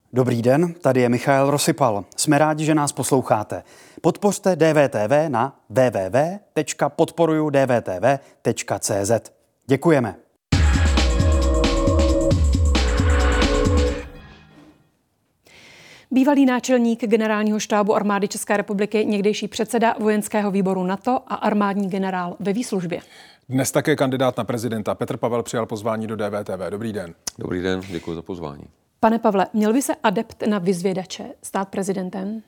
Dobrý den, tady je Michael Rosypal. Jsme rádi, že nás posloucháte. Podpořte DVTV na www.podporujudvtv.cz. Děkujeme. Bývalý náčelník generálního štábu armády České republiky, někdejší předseda vojenského výboru NATO a armádní generál ve výslužbě. Dnes také kandidát na prezidenta Petr Pavel přijal pozvání do DVTV. Dobrý den. Dobrý den, děkuji za pozvání. Pane Pavle, měl by se adept na vyzvědače stát prezidentem?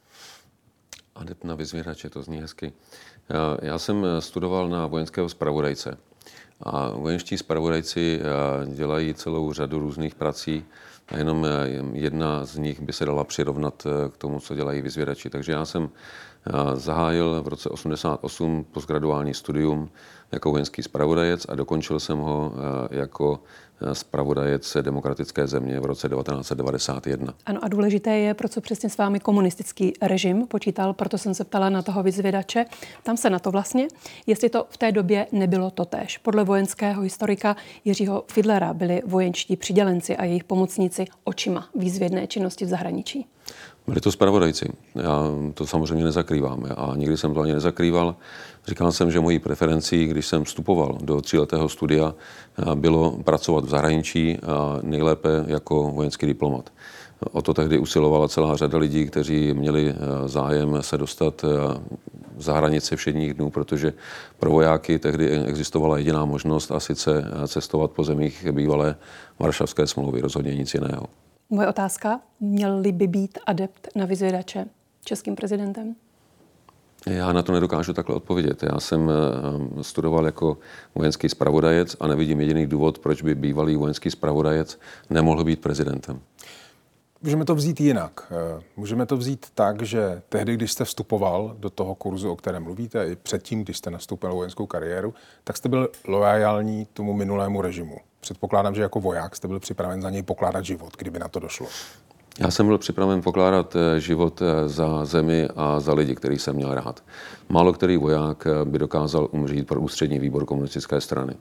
Adept na vyzvědače, to zní hezky. Já jsem studoval na vojenského zpravodajce. A vojenští zpravodajci dělají celou řadu různých prací a jenom jedna z nich by se dala přirovnat k tomu, co dělají vyzvědači. Takže já jsem zahájil v roce 1988 postgraduální studium jako vojenský zpravodajec a dokončil jsem ho jako zpravodajec demokratické země v roce 1991. Ano, a důležité je, pro co přesně s vámi komunistický režim počítal, proto jsem se ptala na toho vyzvědače. Tam se na to vlastně, jestli to v té době nebylo totéž. Podle vojenského historika Jiřího Fidlera byli vojenští přidělenci a jejich pomocníci očima výzvědné činnosti v zahraničí. Byli to zpravodajci. Já to samozřejmě nezakrývám a nikdy jsem to ani nezakrýval. Říkal jsem, že mojí preferencí, když jsem vstupoval do 3letého studia, bylo pracovat v zahraničí a nejlépe jako vojenský diplomat. O to tehdy usilovala celá řada lidí, kteří měli zájem se dostat za hranice všedních dnů, protože pro vojáky tehdy existovala jediná možnost a sice cestovat po zemích bývalé Varšavské smlouvy, rozhodně nic jiného. Moje otázka, měl by být adept na vyzvědače českým prezidentem? Já na to nedokážu takhle odpovědět. Já jsem studoval jako vojenský zpravodajec a nevidím jediný důvod, proč by bývalý vojenský zpravodajec nemohl být prezidentem. Můžeme to vzít jinak. Můžeme to vzít tak, že tehdy, když jste vstupoval do toho kurzu, o kterém mluvíte, i předtím, když jste nastoupil vojenskou kariéru, tak jste byl loajální tomu minulému režimu. Předpokládám, že jako voják jste byl připraven za něj pokládat život, kdyby na to došlo. Já jsem byl připraven pokládat život za zemi a za lidi, který jsem měl rád. Málo který voják by dokázal umřít pro ústřední výbor komunistické strany.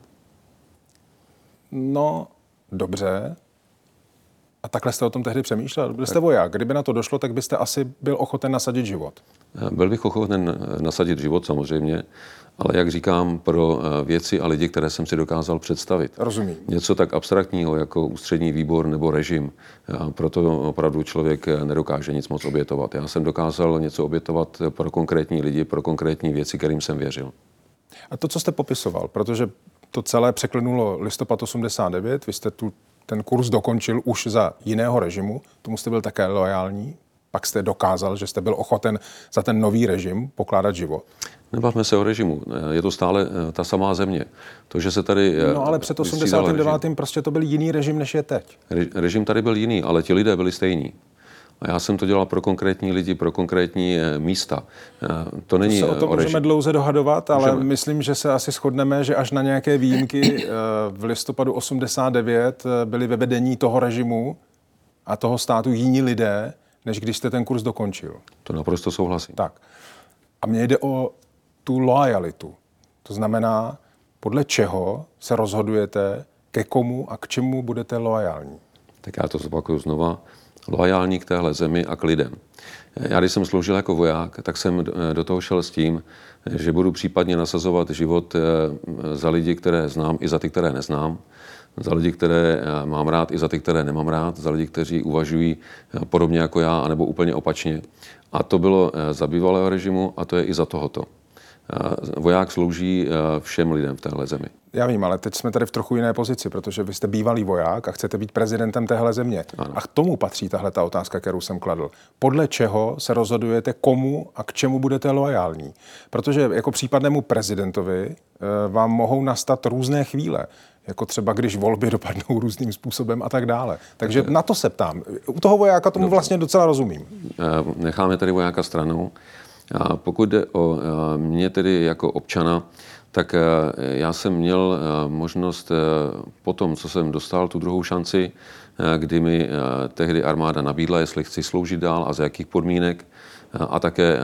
No, dobře. A takhle jste o tom tehdy přemýšlel? Byl jste voják. Kdyby na to došlo, tak byste asi byl ochoten nasadit život. Byl bych ochoten nasadit život samozřejmě, ale jak říkám, pro věci a lidi, které jsem si dokázal představit. Rozumím. Něco tak abstraktního jako ústřední výbor nebo režim. Proto opravdu člověk nedokáže nic moc obětovat. Já jsem dokázal něco obětovat pro konkrétní lidi, pro konkrétní věci, kterým jsem věřil. A to, co jste popisoval, protože to celé překlenulo listopad 89, vy jste ten kurz dokončil už za jiného režimu, tomu jste byl také loajální, pak jste dokázal, že jste byl ochoten za ten nový režim pokládat život. Nebavme se o režimu, je to stále ta samá země. To, že se tady no ale před 89. prostě to byl jiný režim, než je teď. Režim tady byl jiný, ale ti lidé byli stejní. A já jsem to dělal pro konkrétní lidi, pro konkrétní místa. To není se o tom můžeme dlouze dohadovat, ale myslím, že se asi shodneme, že až na nějaké výjimky v listopadu 89 byli ve vedení toho režimu a toho státu jiní lidé, než když jste ten kurz dokončil. To naprosto souhlasím. Tak. A mně jde o tu loajalitu. To znamená, podle čeho se rozhodujete, ke komu a k čemu budete loajální. Tak já to zopakuju znova. Loajální k téhle zemi a k lidem. Já, když jsem sloužil jako voják, tak jsem do toho šel s tím, že budu případně nasazovat život za lidi, které znám, i za ty, které neznám, za lidi, které mám rád, i za ty, které nemám rád, za lidi, kteří uvažují podobně jako já, anebo úplně opačně. A to bylo za bývalého režimu a to je i za tohoto. Voják slouží všem lidem v téhle zemi. Já vím, ale teď jsme tady v trochu jiné pozici, protože vy jste bývalý voják a chcete být prezidentem téhle země. Ano. A k tomu patří tahle ta otázka, kterou jsem kladl. Podle čeho se rozhodujete, komu a k čemu budete loajální? Protože jako případnému prezidentovi vám mohou nastat různé chvíle. Jako třeba, když volby dopadnou různým způsobem a tak dále. Takže na to se ptám. U toho vojáka tomu vlastně docela rozumím. Necháme tedy vojáka stranou. A pokud jde o mě tedy jako občana, tak já jsem měl možnost po tom, co jsem dostal tu druhou šanci, kdy mi tehdy armáda nabídla, jestli chci sloužit dál a za jakých podmínek a také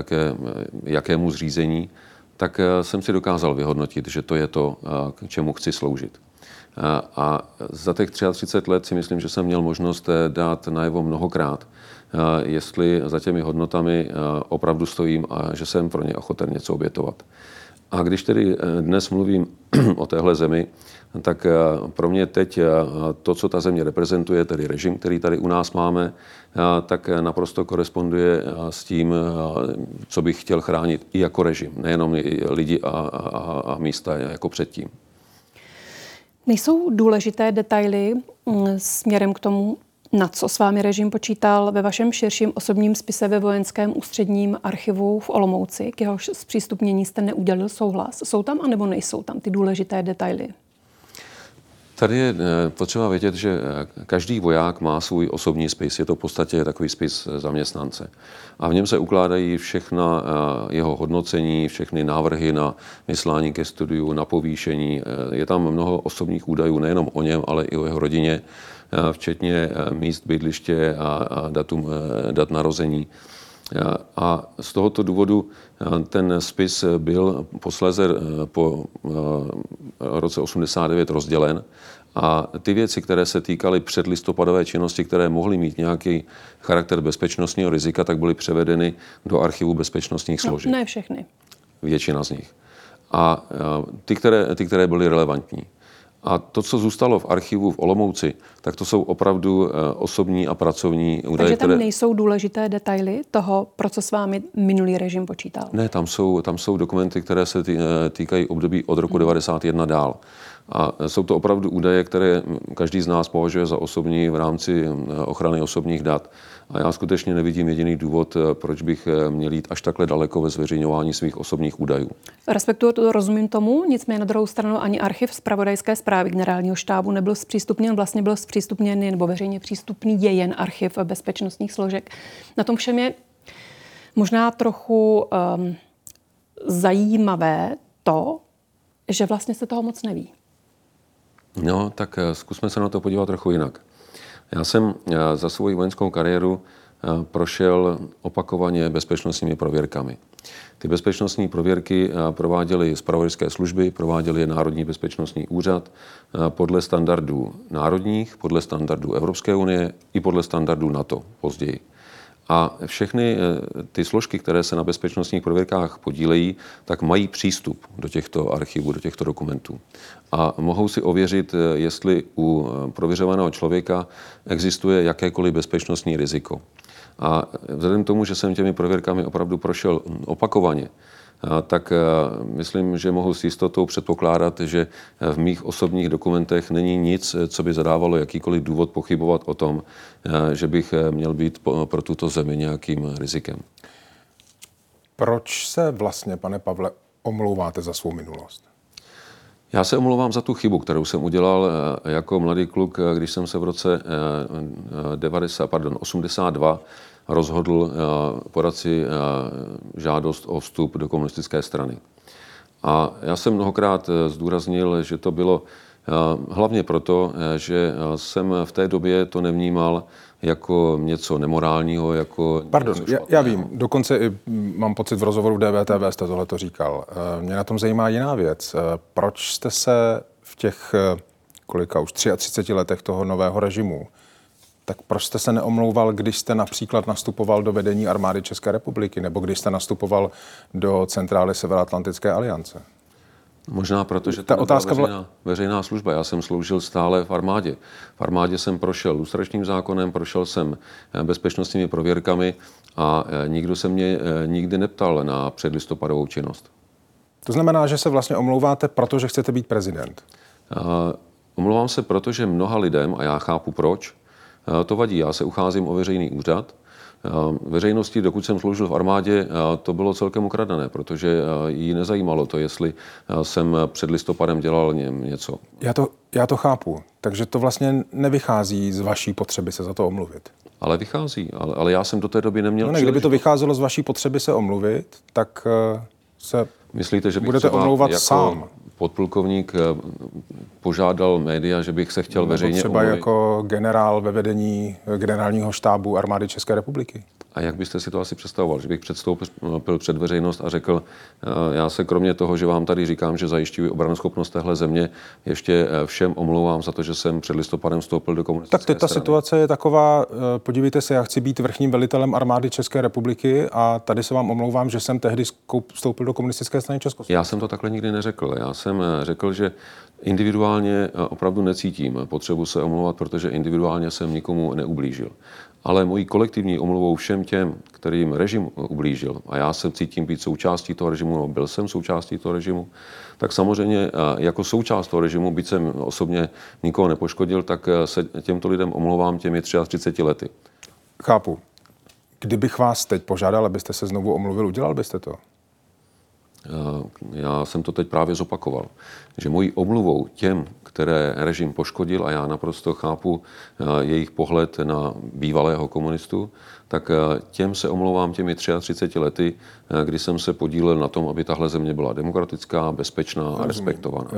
jakému zřízení, tak jsem si dokázal vyhodnotit, že to je to, k čemu chci sloužit. A za těch 33 let si myslím, že jsem měl možnost dát najevo mnohokrát, jestli za těmi hodnotami opravdu stojím a že jsem pro ně ochoten něco obětovat. A když tedy dnes mluvím o téhle zemi, tak pro mě teď to, co ta země reprezentuje, tedy režim, který tady u nás máme, tak naprosto koresponduje s tím, co bych chtěl chránit i jako režim, nejenom lidi a místa jako předtím. Nejsou důležité detaily směrem k tomu, na co s vámi režim počítal ve vašem širším osobním spise ve Vojenském ústředním archivu v Olomouci, k jehož zpřístupnění jste neudělil souhlas? Jsou tam anebo nejsou tam ty důležité detaily? Tady je potřeba vědět, že každý voják má svůj osobní spis. Je to v podstatě takový spis zaměstnance. A v něm se ukládají všechna jeho hodnocení, všechny návrhy na vyslání ke studiu, na povýšení. Je tam mnoho osobních údajů nejenom o něm, ale i o jeho rodině, včetně míst bydliště a dat narození. A z tohoto důvodu ten spis byl posléze po roce 89 rozdělen a ty věci, které se týkaly předlistopadové činnosti, které mohly mít nějaký charakter bezpečnostního rizika, tak byly převedeny do archivu bezpečnostních složek. Ne všechny. Většina z nich. A ty, které byly relevantní. A to, co zůstalo v archivu v Olomouci, tak to jsou opravdu osobní a pracovní údaje. Takže tam nejsou důležité detaily toho, pro co s vámi minulý režim počítal? Ne, tam jsou dokumenty, které se týkají období od roku 1991 dál. A jsou to opravdu údaje, které každý z nás považuje za osobní v rámci ochrany osobních dat. A já skutečně nevidím jediný důvod, proč bych měl jít až takhle daleko ve zveřejňování svých osobních údajů. Respektuju to, rozumím tomu, nicméně na druhou stranu ani archiv zpravodajské zprávy generálního štábu nebyl zpřístupněn, vlastně byl zpřístupněn nebo veřejně přístupný je jen archiv bezpečnostních složek. Na tom všem je možná trochu zajímavé to, že vlastně se toho moc neví. No, tak zkusme se na to podívat trochu jinak. Já jsem za svou vojenskou kariéru prošel opakovaně bezpečnostními prověrkami. Ty bezpečnostní prověrky prováděly zpravodajské služby, prováděly je Národní bezpečnostní úřad podle standardů národních, podle standardů Evropské unie i podle standardů NATO později. A všechny ty složky, které se na bezpečnostních prověrkách podílejí, tak mají přístup do těchto archivů, do těchto dokumentů. A mohou si ověřit, jestli u prověřovaného člověka existuje jakékoliv bezpečnostní riziko. A vzhledem k tomu, že jsem těmi prověrkami opravdu prošel opakovaně, tak myslím, že mohu s jistotou předpokládat, že v mých osobních dokumentech není nic, co by zadávalo jakýkoliv důvod pochybovat o tom, že bych měl být pro tuto zemi nějakým rizikem. Proč se vlastně, pane Pavle, omlouváte za svou minulost? Já se omlouvám za tu chybu, kterou jsem udělal jako mladý kluk, když jsem se v roce 82 rozhodl podat si žádost o vstup do komunistické strany. A já jsem mnohokrát zdůraznil, že to bylo hlavně proto, že jsem v té době to nevnímal jako něco nemorálního, jako Pardon, něco špatného. já vím, dokonce i mám pocit v rozhovoru v DVTV jste tohleto říkal. Mě na tom zajímá jiná věc. Proč jste se v těch kolika už 33 letech toho nového režimu, tak proč jste se neomlouval, když jste například nastupoval do vedení armády České republiky nebo když jste nastupoval do centrály Severoatlantické aliance? Možná proto, že to nebyla veřejná služba. Já jsem sloužil stále v armádě. V armádě jsem prošel lustračním zákonem, prošel jsem bezpečnostními prověrkami a nikdo se mě nikdy neptal na předlistopadovou činnost. To znamená, že se vlastně omlouváte, protože chcete být prezident? Omlouvám se, protože mnoha lidem, a já chápu proč, to vadí. Já se ucházím o veřejný úřad. Veřejnosti, dokud jsem sloužil v armádě, to bylo celkem ukradené, protože jí nezajímalo to, jestli jsem před listopadem dělal něco. Já to chápu, takže to vlastně nevychází z vaší potřeby se za to omluvit. Ale vychází, ale já jsem do té doby neměl příležitost. Kdyby to vycházelo z vaší potřeby se omluvit, tak se myslíte, že bych budete omlouvat jako sám? Podplukovník požádal média, že bych se chtěl veřejně třeba omluvit. jako generál ve vedení generálního štábu armády České republiky? A jak byste si to asi představoval, že bych předstoupil před veřejnost a řekl, já se kromě toho, že vám tady říkám, že zajišťuji obranyschopnost téhle země, ještě všem omlouvám za to, že jsem před listopadem vstoupil do komunistické Tak teď ta situace je taková, podívejte se, já chci být vrchním velitelem armády České republiky a tady se vám omlouvám, že jsem tehdy vstoupil do komunistické strany Československa. Já jsem to takhle nikdy neřekl. Já jsem řekl, že individuálně opravdu necítím potřebu se omlouvat, protože individuálně jsem nikomu neublížil. Ale mojí kolektivní omluvou všem těm, kterým režim ublížil, a já se cítím být součástí toho režimu, no byl jsem součástí toho režimu, tak samozřejmě jako součást toho režimu, byť jsem osobně nikoho nepoškodil, tak se těmto lidem omlouvám těmi 33 lety. Chápu. Kdybych vás teď požádal, abyste se znovu omluvil, udělal byste to? Já jsem to teď právě zopakoval, že mojí omluvou těm, které režim poškodil, a já naprosto chápu jejich pohled na bývalého komunistu, tak těm se omlouvám těmi 33 lety, kdy jsem se podílel na tom, aby tahle země byla demokratická, bezpečná a respektovaná.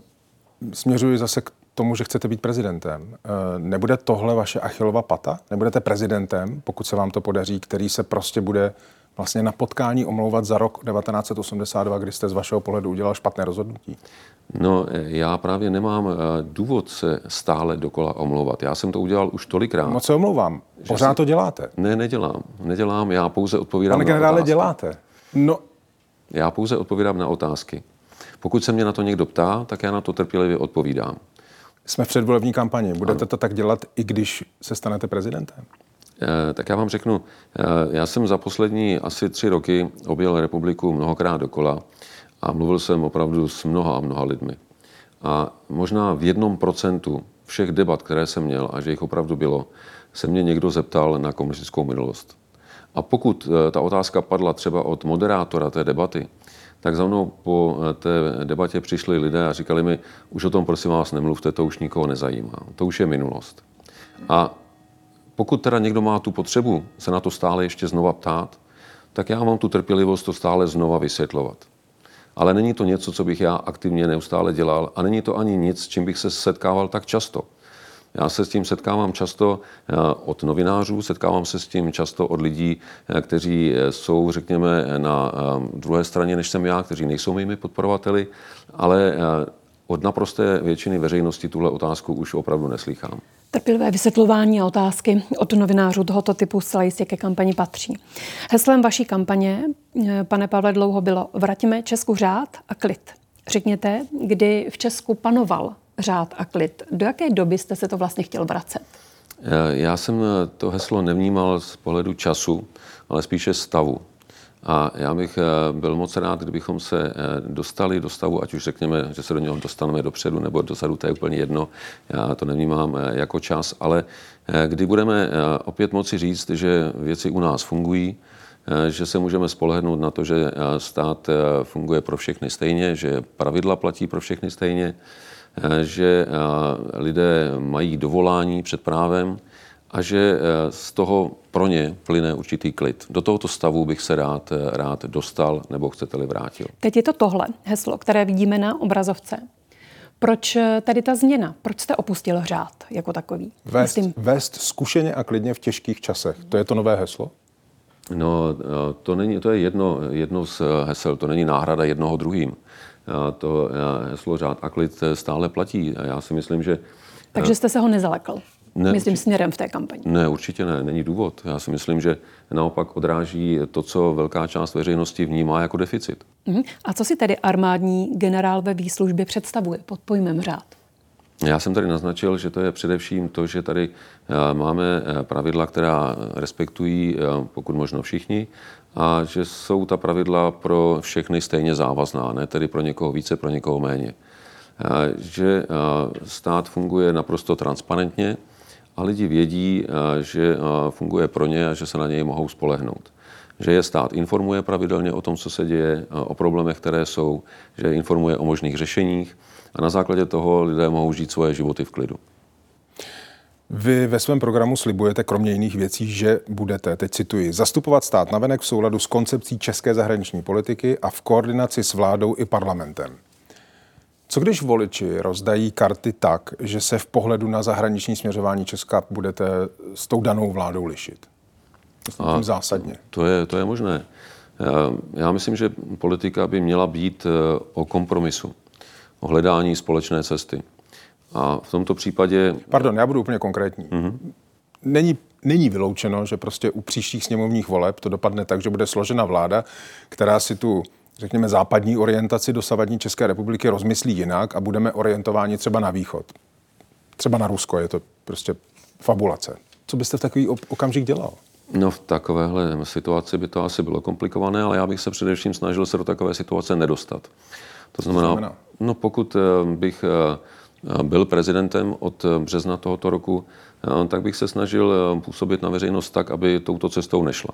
Směřuji zase k tomu, že chcete být prezidentem. Nebude tohle vaše Achillova pata? Nebudete prezidentem, pokud se vám to podaří, který se prostě bude vlastně na potkání omlouvat za rok 1982, kdy jste z vašeho pohledu udělal špatné rozhodnutí? No, já právě nemám důvod se stále dokola omlouvat. Já jsem to udělal už tolikrát. Moc se omlouvám. Pořád to děláte. Ne, nedělám. Já pouze odpovídám Pane generále, děláte. No. Já pouze odpovídám na otázky. Pokud se mě na to někdo ptá, tak já na to trpělivě odpovídám. Jsme v předvolební kampani. Budete to tak dělat, i když se stanete prezidentem? Tak já vám řeknu, já jsem za poslední asi 3 roky objel republiku mnohokrát dokola a mluvil jsem opravdu s mnoha lidmi. A možná v 1% všech debat, které jsem měl, a že jich opravdu bylo, se mě někdo zeptal na komunistickou minulost. A pokud ta otázka padla třeba od moderátora té debaty, tak za mnou po té debatě přišli lidé a říkali mi, už o tom prosím vás nemluvte, to už nikoho nezajímá, to už je minulost. A pokud teda někdo má tu potřebu se na to stále ještě znova ptát, tak já mám tu trpělivost to stále znova vysvětlovat. Ale není to něco, co bych já aktivně neustále dělal a není to ani nic, s čím bych se setkával tak často. Já se s tím setkávám často od novinářů, setkávám se s tím často od lidí, kteří jsou, řekněme, na druhé straně než jsem já, kteří nejsou mými podporovateli, ale od naprosté většiny veřejnosti tuhle otázku už opravdu neslýchám. Trpělivé vysvětlování a otázky od novinářů tohoto typu zcela jistě ke kampani patří. Heslem vaší kampaně, pane Pavle, dlouho bylo Vraťme Česku řád a klid. Řekněte, kdy v Česku panoval řád a klid. Do jaké doby jste se to vlastně chtěl vracet? Já jsem to heslo nevnímal z pohledu času, ale spíše stavu. A já bych byl moc rád, kdybychom se dostali do stavu, ať už řekněme, že se do něho dostaneme dopředu nebo dozadu, to je úplně jedno, já to nevnímám jako čas, ale kdy budeme opět moci říct, že věci u nás fungují, že se můžeme spolehnout na to, že stát funguje pro všechny stejně, že pravidla platí pro všechny stejně, že lidé mají dovolání před právem a že z toho pro ně plyne určitý klid. Do tohoto stavu bych se rád dostal, nebo chcete-li vrátil. Teď je to tohle heslo, které vidíme na obrazovce. Proč tady ta změna? Proč jste opustil řád jako takový? Vést zkušeně a klidně v těžkých časech. To je to nové heslo? No, to je jedno z hesel, to není náhrada jednoho druhým. To heslo řád a klid stále platí. Já si myslím, že... Takže jste se ho nezalekl? Ne, myslím směrem v té kampani. Ne, určitě ne, není důvod. Já si myslím, že naopak odráží to, co velká část veřejnosti vnímá jako deficit. A co si tedy armádní generál ve výslužbě představuje pod pojmem řád? Já jsem tady naznačil, že to je především to, že tady máme pravidla, která respektují pokud možno všichni a že jsou ta pravidla pro všechny stejně závazná, ne tedy pro někoho více, pro někoho méně. Že stát funguje naprosto transparentně a lidi vědí, že funguje pro ně a že se na něj mohou spolehnout. Že je stát informuje pravidelně o tom, co se děje, o problémech, které jsou, že informuje o možných řešeních a na základě toho lidé mohou žít svoje životy v klidu. Vy ve svém programu slibujete kromě jiných věcí, že budete, teď cituji, zastupovat stát navenek v souladu s koncepcí české zahraniční politiky a v koordinaci s vládou i parlamentem. Co když voliči rozdají karty tak, že se v pohledu na zahraniční směřování Česka budete s tou danou vládou lišit? Myslím tím zásadně. To je možné. Já myslím, že politika by měla být o kompromisu, o hledání společné cesty. A v tomto případě... Pardon, já budu úplně konkrétní. Není vyloučeno, že prostě u příštích sněmovních voleb to dopadne tak, že bude složena vláda, která si tu, řekněme, západní orientaci dosavadní České republiky rozmyslí jinak a budeme orientováni třeba na východ. Třeba na Rusko, je to prostě fabulace. Co byste v takový okamžik dělal? No v takovéhle situaci by to asi bylo komplikované, ale já bych se především snažil se do takové situace nedostat. To znamená? No pokud bych byl prezidentem od března tohoto roku, tak bych se snažil působit na veřejnost tak, aby touto cestou nešla.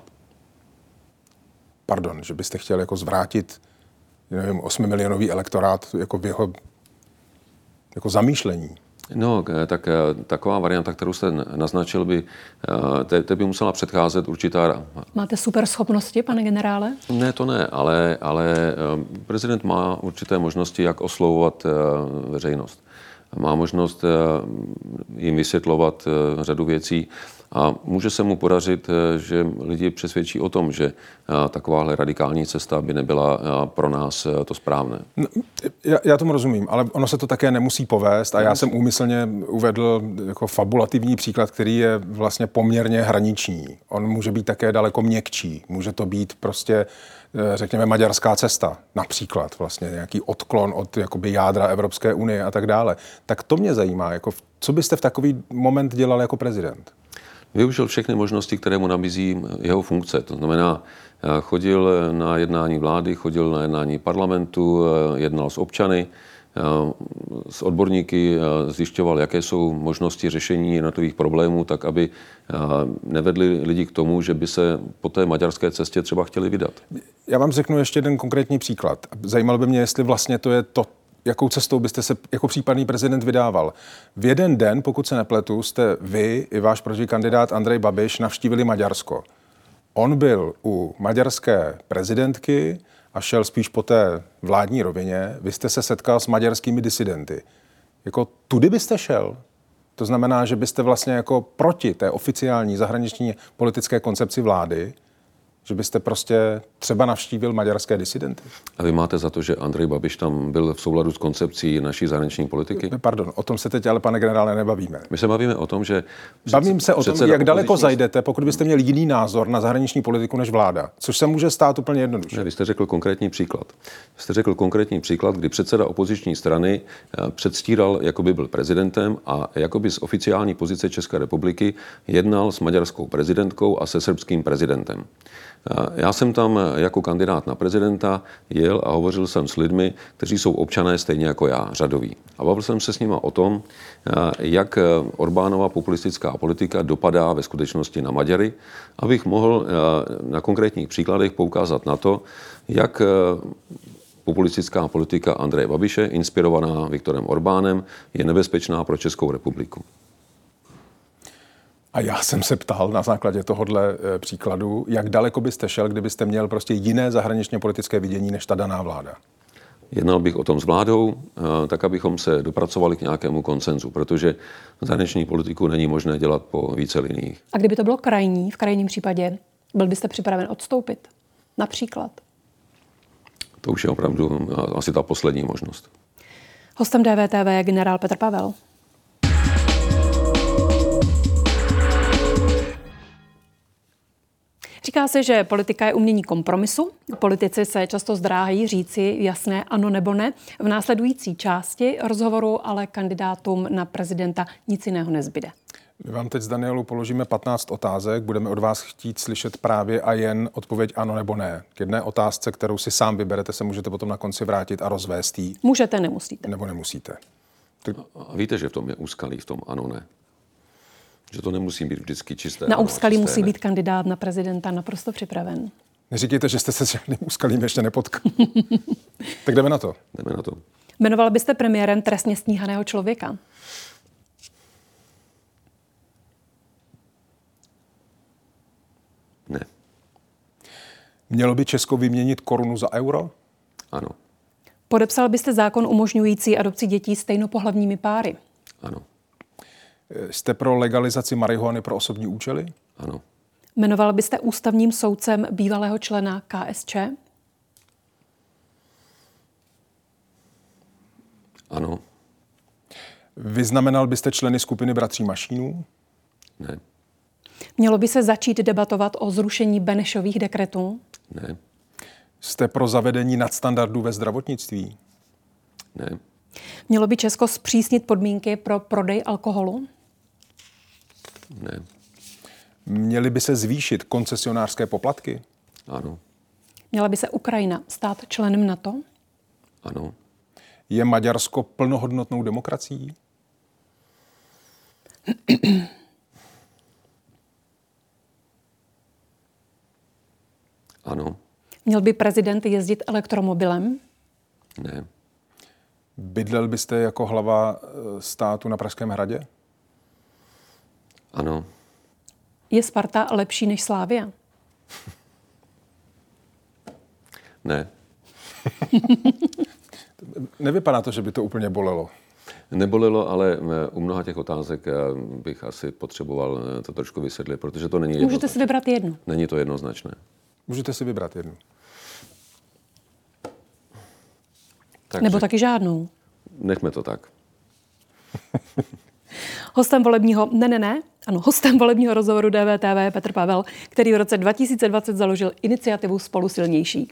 Pardon, že byste chtěl jako zvrátit, nevím, 8milionový elektorát jako v jeho jako zamýšlení? No, tak taková varianta, kterou jste naznačil, by musela předcházet určitá... Máte super schopnosti, pane generále? Ne, to ne, ale prezident má určité možnosti, jak oslovovat veřejnost. Má možnost jim vysvětlovat řadu věcí a může se mu podařit, že lidi přesvědčí o tom, že takováhle radikální cesta by nebyla pro nás to správné. No, já tomu rozumím, ale ono se to také nemusí povést a já jsem úmyslně uvedl jako fabulativní příklad, který je vlastně poměrně hraniční. On může být také daleko měkčí. Může to být prostě, řekněme, maďarská cesta, například vlastně nějaký odklon od jakoby jádra Evropské unie a tak dále. Tak to mě zajímá, jako co byste v takový moment dělal jako prezident? Využil všechny možnosti, které mu nabízí jeho funkce. To znamená, chodil na jednání vlády, chodil na jednání parlamentu, jednal s občany, s odborníky, zjišťoval, jaké jsou možnosti řešení jednotlivých problémů, tak aby nevedli lidi k tomu, že by se po té maďarské cestě třeba chtěli vydat. Já vám řeknu ještě jeden konkrétní příklad. Zajímalo by mě, jestli vlastně to je to, jakou cestou byste se jako případný prezident vydával. V jeden den, pokud se nepletu, jste vy i váš protikandidát Andrej Babiš navštívili Maďarsko. On byl u maďarské prezidentky a šel spíš po té vládní rovině. Vy jste se setkal s maďarskými disidenty. Jako tudy byste šel? To znamená, že byste vlastně jako proti té oficiální zahraniční politické koncepci vlády, že byste prostě třeba navštívil maďarské disidenty? A vy máte za to, že Andrej Babiš tam byl v souladu s koncepcí naší zahraniční politiky? Pardon, o tom se teď ale, pane generále, nebavíme. My se bavíme o tom, že... Bavím se o tom, jak daleko zajdete, pokud byste měl jiný názor na zahraniční politiku než vláda, což se může stát úplně jednoduše. Ne, vy jste řekl konkrétní příklad. Jste řekl konkrétní příklad, kdy předseda opoziční strany předstíral, jako by byl prezidentem a jako by z oficiální pozice České republiky jednal s maďarskou prezidentkou a se srbským prezidentem. Já jsem tam jako kandidát na prezidenta jel a hovořil jsem s lidmi, kteří jsou občané stejně jako já, řadoví. A bavil jsem se s nimi o tom, jak Orbánova populistická politika dopadá ve skutečnosti na Maďary, abych mohl na konkrétních příkladech poukázat na to, jak populistická politika Andreje Babiše, inspirovaná Viktorem Orbánem, je nebezpečná pro Českou republiku. A já jsem se ptal na základě tohohle příkladu, jak daleko byste šel, kdybyste měl prostě jiné zahraničně politické vidění než ta daná vláda? Jednal bych o tom s vládou, tak abychom se dopracovali k nějakému konsenzu, protože zahraniční politiku není možné dělat po více liniích. A kdyby to bylo krajní, v krajním případě, byl byste připraven odstoupit? Například? To už je opravdu asi ta poslední možnost. Hostem DVTV je generál Petr Pavel. Říká se, že politika je umění kompromisu. Politici se často zdráhají říci jasné ano nebo ne. V následující části rozhovoru ale kandidátům na prezidenta nic jiného nezbyde. My vám teď s Danielou položíme 15 otázek. Budeme od vás chtít slyšet právě a jen odpověď ano nebo ne. K jedné otázce, kterou si sám vyberete, se můžete potom na konci vrátit a rozvést jí. Můžete, nemusíte. Nebo nemusíte. A víte, že v tom je úskalí, v tom ano ne. Že to nemusí být vždycky čisté. Na úskalí musí být kandidát na prezidenta naprosto připraven. Neříkejte, že jste se s žádným úskalím ještě nepotkal. Tak jdeme na to. Jdeme na to. Jmenoval byste premiérem trestně stíhaného člověka? Ne. Mělo by Česko vyměnit korunu za euro? Ano. Podepsal byste zákon umožňující adopci dětí stejnopohlavními páry? Ano. Jste pro legalizaci marihuany pro osobní účely? Ano. Jmenoval byste ústavním soudcem bývalého člena KSČ? Ano. Vyznamenal byste členy skupiny Bratří Mašínů? Ne. Mělo by se začít debatovat o zrušení Benešových dekretů? Ne. Jste pro zavedení nadstandardů ve zdravotnictví? Ne. Mělo by Česko zpřísnit podmínky pro prodej alkoholu? Ne. Měly by se zvýšit koncesionářské poplatky? Ano. Měla by se Ukrajina stát členem NATO? Ano. Je Maďarsko plnohodnotnou demokracií? Ano. Měl by prezident jezdit elektromobilem? Ne. Bydlel byste jako hlava státu na Pražském hradě? Ano. Je Sparta lepší než Slavia? Ne. Nevypadá to, že by to úplně bolelo. Nebolelo, ale u mnoha těch otázek bych asi potřeboval to trošku vysvětlit, protože to není jednoznačné. Můžete si vybrat jednu. Není to jednoznačné. Můžete si vybrat jednu. Takže Nebo taky žádnou. nechme to tak. Hostem volebního rozhovoru DVTV je Petr Pavel, který v roce 2020 založil iniciativu Spolu silnější.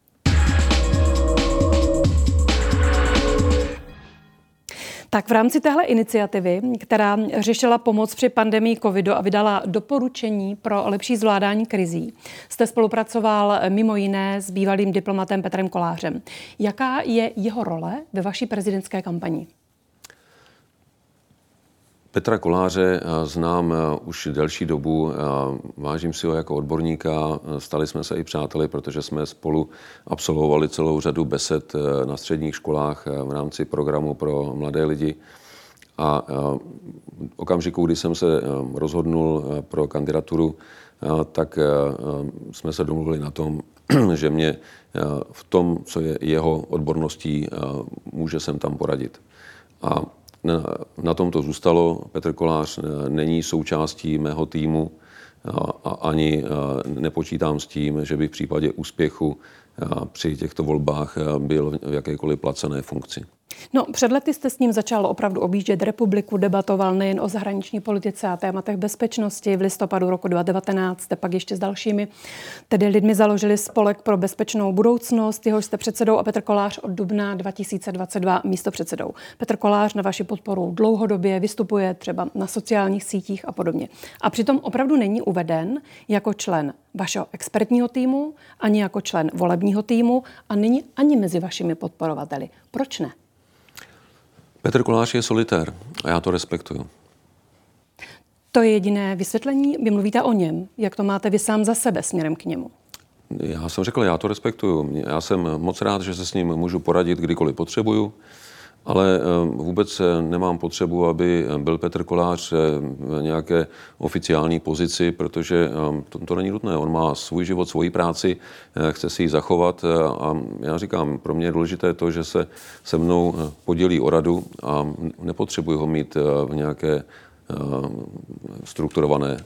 Tak v rámci téhle iniciativy, která řešila pomoc při pandemii covidu a vydala doporučení pro lepší zvládání krizí, jste spolupracoval mimo jiné s bývalým diplomatem Petrem Kolářem. Jaká je jeho role ve vaší prezidentské kampani? Petra Koláře znám už delší dobu, vážím si ho jako odborníka, stali jsme se i přáteli, protože jsme spolu absolvovali celou řadu besed na středních školách v rámci programu pro mladé lidi. A v okamžiku, kdy jsem se rozhodnul pro kandidaturu, tak jsme se domluvili na tom, že mě v tom, co je jeho odborností, může sem tam poradit. A na tom to zůstalo. Petr Kolář není součástí mého týmu a ani nepočítám s tím, že by v případě úspěchu při těchto volbách byl v jakékoliv placené funkci. No, před lety jste s ním začal opravdu objíždět republiku, debatoval nejen o zahraniční politice a tématech bezpečnosti. V listopadu roku 2019 jste pak ještě s dalšími, tedy lidmi, založili Spolek pro bezpečnou budoucnost, jehož jste předsedou, a Petr Kolář od dubna 2022 místopředsedou. Petr Kolář na vaši podporu dlouhodobě vystupuje třeba na sociálních sítích a podobně. A přitom opravdu není uveden jako člen vašeho expertního týmu, ani jako člen volebního týmu a není ani mezi vašimi podporovateli. Proč ne? Petr Kolář je solitér a já to respektuju. To je jediné vysvětlení? Vy mluvíte o něm. Jak to máte vy sám za sebe směrem k němu? Já jsem řekl, já to respektuju. Já jsem moc rád, že se s ním můžu poradit, kdykoliv potřebuju, ale vůbec nemám potřebu, aby byl Petr Kolář v nějaké oficiální pozici, protože to není nutné. On má svůj život, svoji práci, chce si ji zachovat a já říkám, pro mě je důležité to, že se se mnou podělí o radu a nepotřebuji ho mít v nějaké strukturované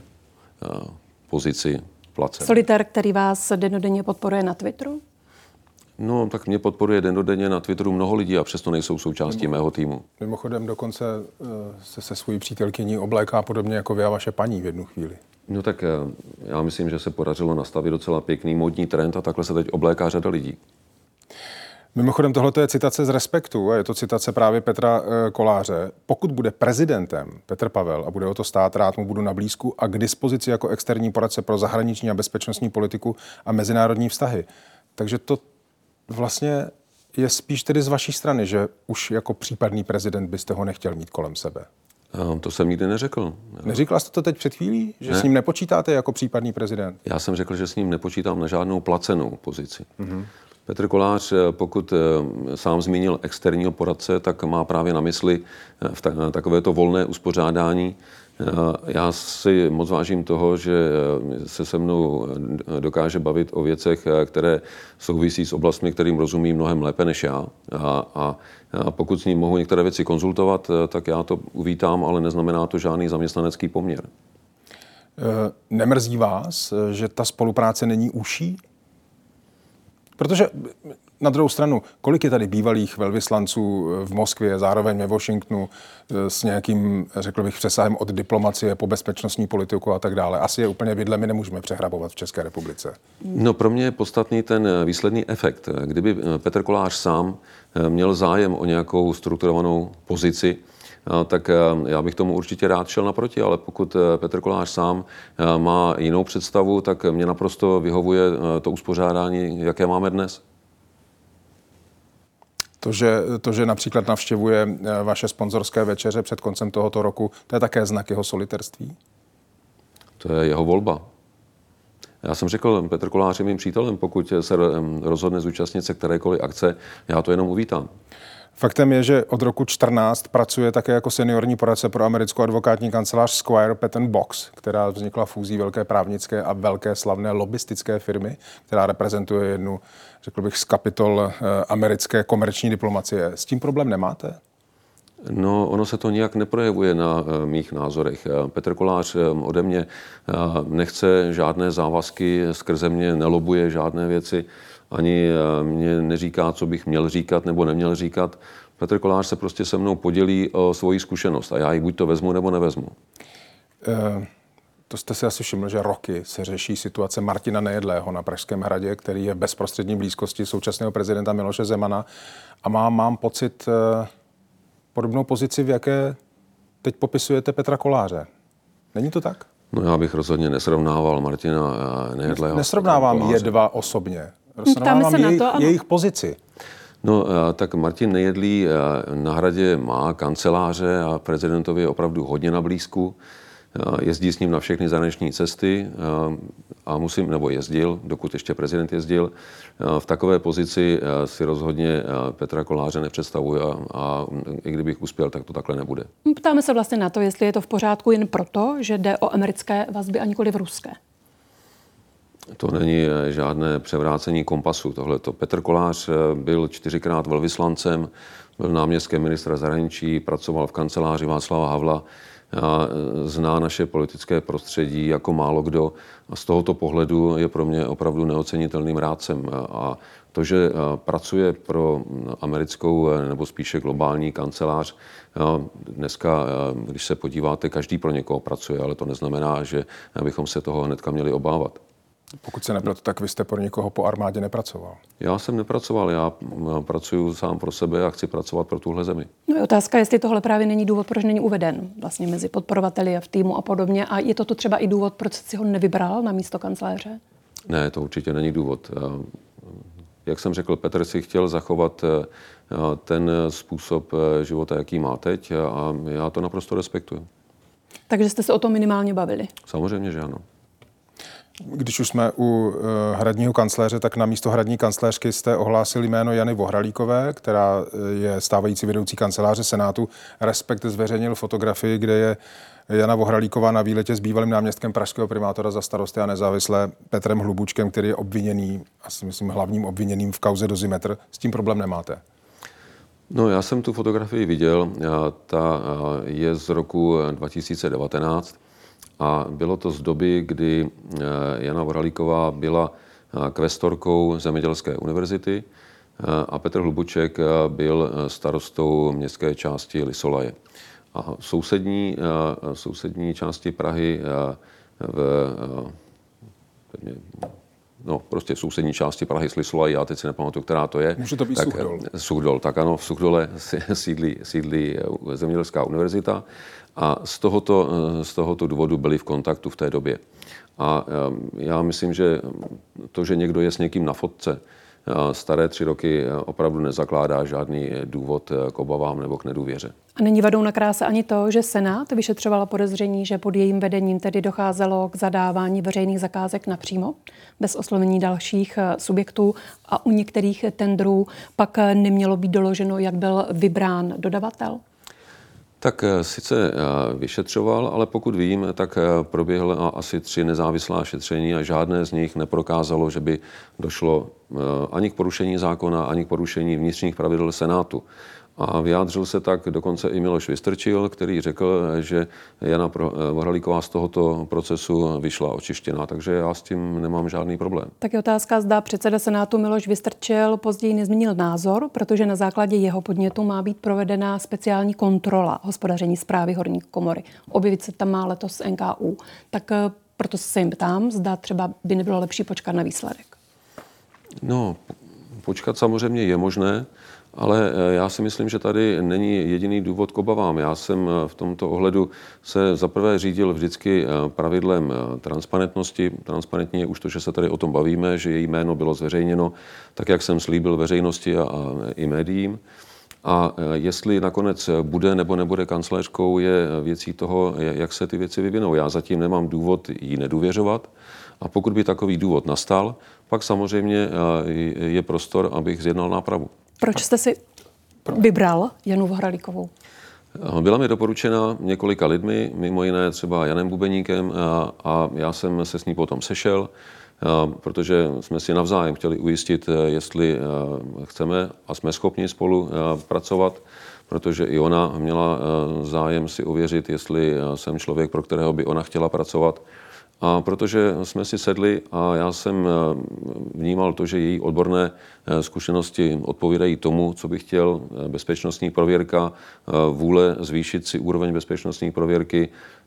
pozici placen. Solitér, který vás dennodenně podporuje na Twitteru? No, Tak mě podporuje dennodenně na Twitteru mnoho lidí a přesto nejsou součástí mého týmu. Mimochodem dokonce se svojí přítelkyní obléká podobně jako vy a vaše paní v jednu chvíli. No tak já myslím, že se podařilo nastavit docela pěkný módní trend a takhle se teď obléká řada lidí. Mimochodem tohle je citace z Respektu a je to citace právě Petra Koláře. Pokud bude prezidentem Petr Pavel a bude o to stát, rád mu budu na blízku a k dispozici jako externí poradce pro zahraniční a bezpečnostní politiku a mezinárodní vztahy. Takže to vlastně je spíš tedy z vaší strany, že už jako případný prezident byste ho nechtěl mít kolem sebe. To jsem nikdy neřekl. Neříkala jste to teď před chvílí, že Ne. s ním nepočítáte jako případný prezident? Já jsem řekl, že s ním nepočítám na žádnou placenou pozici. Petr Kolář, pokud sám zmínil externího poradce, tak má právě na mysli takovéto volné uspořádání. Já si moc vážím toho, že se mnou dokáže bavit o věcech, které souvisí s oblastmi, kterým rozumí mnohem lépe než já. A pokud s ním mohu některé věci konzultovat, tak já to uvítám, ale neznamená to žádný zaměstnanecký poměr. Nemrzí vás, že ta spolupráce není užší? Protože na druhou stranu, kolik je tady bývalých velvyslanců v Moskvě, zároveň ve Washingtonu s nějakým, řekl bych, přesahem od diplomacie po bezpečnostní politiku a tak dále. Asi je úplně vidle, my nemůžeme přehrabovat v České republice. No pro mě je podstatný ten výsledný efekt. Kdyby Petr Kolář sám měl zájem o nějakou strukturovanou pozici, tak já bych tomu určitě rád šel naproti, ale pokud Petr Kolář sám má jinou představu, tak mě naprosto vyhovuje to uspořádání, jaké máme dnes. To, že například navštěvuje vaše sponzorské večeře před koncem tohoto roku, to je také znak jeho soliterství? To je jeho volba. Já jsem řekl, Petr Kolář je mým přítelem, pokud se rozhodne zúčastnit se kterékoliv akce, já to jenom uvítám. Faktem je, že od roku 2014 pracuje také jako seniorní poradce pro americkou advokátní kancelář Squire Patton Box, která vznikla fúzí velké právnické a velké slavné lobbystické firmy, která reprezentuje jednu, řekl bych, z kapitol americké komerční diplomacie. S tím problém nemáte? No, ono se to nijak neprojevuje na mých názorech. Petr Kolář ode mě nechce žádné závazky, skrze mě nelobuje žádné věci, ani mě neříká, co bych měl říkat nebo neměl říkat. Petr Kolář se prostě se mnou podělí o svoji zkušenost a já ji buď to vezmu, nebo nevezmu. To jste si asi všiml, že roky se řeší situace Martina Nejedlého na Pražském hradě, který je v bezprostřední blízkosti současného prezidenta Miloše Zemana a mám pocit podobnou pozici, v jaké teď popisujete Petra Koláře. Není to tak? No já bych rozhodně nesrovnával Martina Nejedlého. Nesrovnávám je dva osobně. Srovnávám jejich pozici. No, tak Martin Nejedlý na hradě má kanceláře a prezidentovi je opravdu hodně na blízku. Jezdí s ním na všechny zahraniční cesty a jezdil, dokud ještě prezident jezdil. V takové pozici si rozhodně Petra Koláře nepředstavuji a i kdybych uspěl, tak to takhle nebude. Ptáme se vlastně na to, jestli je to v pořádku jen proto, že jde o americké vazby a nikoli v ruské. To není žádné převrácení kompasu. Tohleto. Petr Kolář byl 4krát velvyslancem, byl náměstkem ministra zahraničí, pracoval v kanceláři Václava Havla, a zná naše politické prostředí jako málo kdo a z tohoto pohledu je pro mě opravdu neocenitelným rádcem. A to, že pracuje pro americkou nebo spíše globální kancelář, dneska, když se podíváte, každý pro někoho pracuje, ale to neznamená, že bychom se toho hnedka měli obávat. Pokud se nepletu, tak vy jste pro někoho po armádě nepracoval. Já jsem nepracoval, já pracuji sám pro sebe a chci pracovat pro tuhle zemi. No je otázka, jestli tohle právě není důvod, proč není uveden vlastně mezi podporovateli a v týmu a podobně. A je to třeba i důvod, proč si ho nevybral na místo kancléře? Ne, to určitě není důvod. Jak jsem řekl, Petr si chtěl zachovat ten způsob života, jaký má teď a já to naprosto respektuji. Takže jste se o tom minimálně bavili? Samozřejmě, že ano. Když už jsme u hradního kancléře, tak na místo hradní kancléřky jste ohlásili jméno Jany Vohralíkové, která je stávající vedoucí kanceláře Senátu. Respekt zveřejnil fotografii, kde je Jana Vohralíková na výletě s bývalým náměstkem pražského primátora za Starosty a nezávislé Petrem Hlubučkem, který je obviněný, asi myslím hlavním obviněným v kauze Dozimetr. S tím problém nemáte? No, já jsem tu fotografii viděl. Ta je z roku 2019. A bylo to z doby, kdy Jana Vohralíková byla kvestorkou Zemědělské univerzity a Petr Hlubuček byl starostou městské části Lisolaje. A sousední části Prahy prostě v sousední části Prahy s Lisolají, já teď si nepamatuju, která to je. Může to být Suchdol. Suchdol, tak ano, v Suchdole sídlí Zemědělská univerzita. A z tohoto důvodu byli v kontaktu v té době. A já myslím, že to, že někdo je s někým na fotce staré 3 roky, opravdu nezakládá žádný důvod k obavám nebo k nedůvěře. A není vadou na kráse ani to, že Senát vyšetřovala podezření, že pod jejím vedením tedy docházelo k zadávání veřejných zakázek napřímo, bez oslovení dalších subjektů a u některých tendrů pak nemělo být doloženo, jak byl vybrán dodavatel? Tak sice vyšetřoval, ale pokud vím, tak proběhly asi 3 nezávislá šetření a žádné z nich neprokázalo, že by došlo ani k porušení zákona, ani k porušení vnitřních pravidel Senátu. A vyjádřil se tak dokonce i Miloš Vystrčil, který řekl, že Jana Vohralíková z tohoto procesu vyšla očištěná, takže já s tím nemám žádný problém. Tak je otázka, zda předseda Senátu Miloš Vystrčil později nezměnil názor, protože na základě jeho podnětu má být provedena speciální kontrola hospodaření správy horní komory. Objevit se tam má letos NKÚ. Tak proto se jim ptám, zda třeba by nebylo lepší počkat na výsledek. No, počkat samozřejmě je možné, ale já si myslím, že tady není jediný důvod k obavám. Já jsem v tomto ohledu se zaprvé řídil vždycky pravidlem transparentnosti. Transparentní je už to, že se tady o tom bavíme, že její jméno bylo zveřejněno, tak jak jsem slíbil veřejnosti a i médiím. A jestli nakonec bude nebo nebude kancléřkou, je věcí toho, jak se ty věci vyvinou. Já zatím nemám důvod jí nedůvěřovat. A pokud by takový důvod nastal, pak samozřejmě je prostor, abych zjednal nápravu. Proč jste si vybral Janu Vohralíkovou? Byla mi doporučena několika lidmi, mimo jiné třeba Janem Bubeníkem, a já jsem se s ní potom sešel, protože jsme si navzájem chtěli ujistit, jestli chceme a jsme schopni spolu pracovat, protože i ona měla zájem si ověřit, jestli jsem člověk, pro kterého by ona chtěla pracovat. A protože jsme si sedli a já jsem vnímal to, že její odborné zkušenosti odpovídají tomu, co bych chtěl, bezpečnostní prověrka, vůle zvýšit si úroveň bezpečnostní prověrky,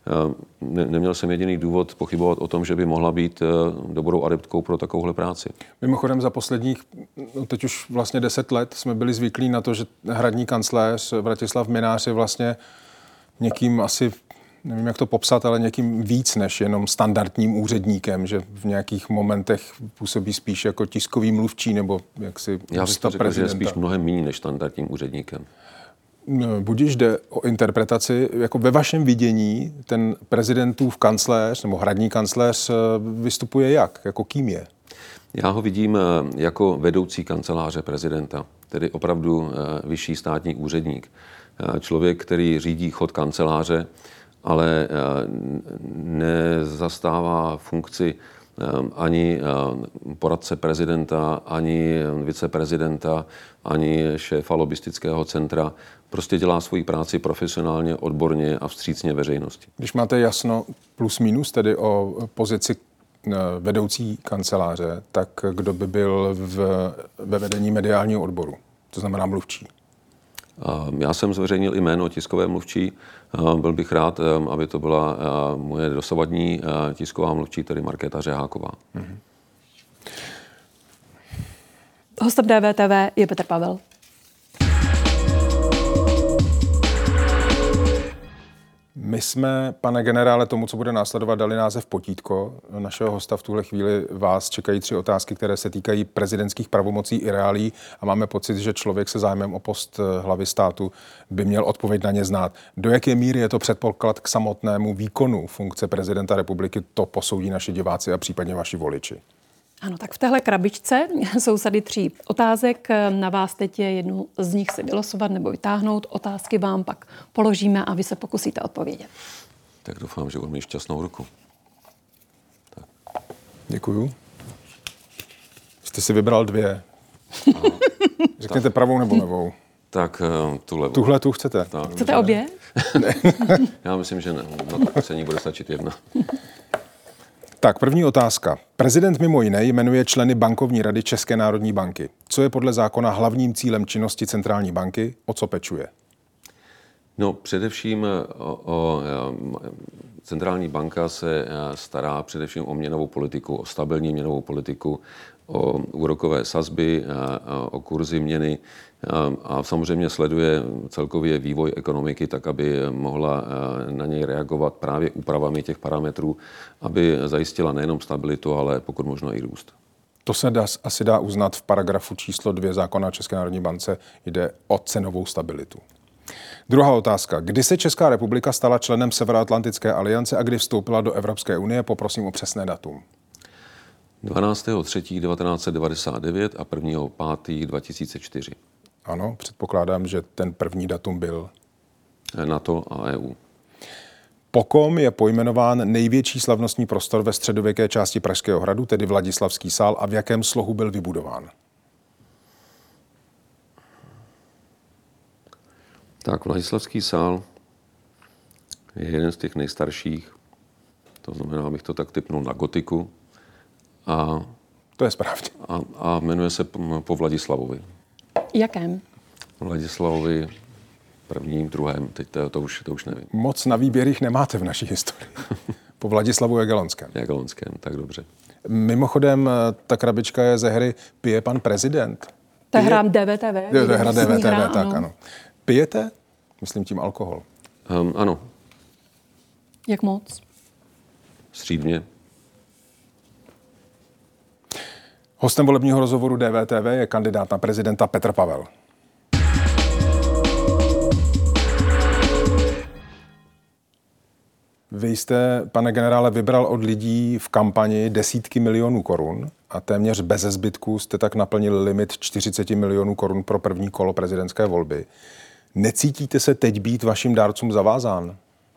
neměl jsem jediný důvod pochybovat o tom, že by mohla být dobrou adeptkou pro takovouhle práci. Mimochodem za posledních, teď už vlastně 10 let jsme byli zvyklí na to, že hradní kancléř Vratislav Mynář je vlastně někým asi, nevím, jak to popsat, ale někým víc než jenom standardním úředníkem, že v nějakých momentech působí spíš jako tiskový mluvčí nebo jaksi Já bych to řekl, že je spíš mnohem méně než standardním úředníkem. Budiž jde o interpretaci. Jako ve vašem vidění ten prezidentův kancléř nebo hradní kancléř vystupuje jak? Jako kým je? Já ho vidím jako vedoucí kanceláře prezidenta, tedy opravdu vyšší státní úředník. Člověk, který řídí chod kanceláře, ale nezastává funkci ani poradce prezidenta, ani viceprezidenta, ani šéfa lobistického centra. Prostě dělá svoji práci profesionálně, odborně a vstřícně veřejnosti. Když máte jasno plus minus tedy o pozici vedoucí kanceláře, tak kdo by byl ve vedení mediálního odboru? To znamená mluvčí. Já jsem zveřejnil i jméno tiskové mluvčí. Byl bych rád, aby to byla moje dosavadní tisková mluvčí, tedy Markéta Řeháková. Mm-hmm. Hostem DVTV je Petr Pavel. My jsme, pane generále, tomu, co bude následovat, dali název Potítko. Našeho hosta v tuhle chvíli vás čekají 3 otázky, které se týkají prezidentských pravomocí i reálí a máme pocit, že člověk se zájmem o post hlavy státu by měl odpověď na ně znát. Do jaké míry je to předpoklad k samotnému výkonu funkce prezidenta republiky, to posoudí naši diváci a případně vaši voliči. Ano, tak v téhle krabičce jsou sady 3 otázek. Na vás teď je jednu z nich si vylosovat nebo vytáhnout. Otázky vám pak položíme a vy se pokusíte odpovědět. Tak doufám, že budu mít šťastnou ruku. Tak. Děkuju. Jste si vybral 2. Řekněte pravou nebo levou. Tak tu levou. Tuhle tu chcete? Tak, chcete obě? Ne. Já myslím, že ne. Na to cení bude stačit 1. Tak, první otázka. Prezident mimo jiné jmenuje členy bankovní rady České národní banky. Co je podle zákona hlavním cílem činnosti centrální banky? O co pečuje? No, především centrální banka se stará především o měnovou politiku, o stabilní měnovou politiku, o úrokové sazby, o kurzy měny a samozřejmě sleduje celkově vývoj ekonomiky tak, aby mohla na něj reagovat právě úpravami těch parametrů, aby zajistila nejenom stabilitu, ale pokud možno i růst. To se asi dá uznat v paragrafu číslo 2 zákona o České národní bance, jde o cenovou stabilitu. Druhá otázka. Kdy se Česká republika stala členem Severoatlantické aliance a kdy vstoupila do Evropské unie? Poprosím o přesné datum. 12.3.1999 a 1.5.2004. Ano, předpokládám, že ten první datum byl NATO a EU. Po kom je pojmenován největší slavnostní prostor ve středověké části Pražského hradu, tedy Vladislavský sál, a v jakém slohu byl vybudován? Tak Vladislavský sál je jeden z těch nejstarších, to znamená, abych to tak tipnul na gotiku. A To je správně. a jmenuje se po Vladislavovi. Jakém? Vladislavovi prvním, druhém, teď to už nevím. Moc na výběr jich nemáte v naší historii. Po Vladislavu Jagellonském. Jagellonském, tak dobře. Mimochodem, ta krabička je ze hry Pije pan prezident. To je hra DVTV. To je hra DVTV, tak ano. ano. Pijete? Myslím tím alkohol. Ano, Jak moc? střídmě. Hostem volebního rozhovoru DVTV je kandidát na prezidenta Petr Pavel. Vy jste, pane generále, vybral od lidí v kampani desítky milionů korun a téměř beze zbytku jste tak naplnili limit 40 milionů korun pro první kolo prezidentské volby. Necítíte se teď být vašim dárcům zavázán?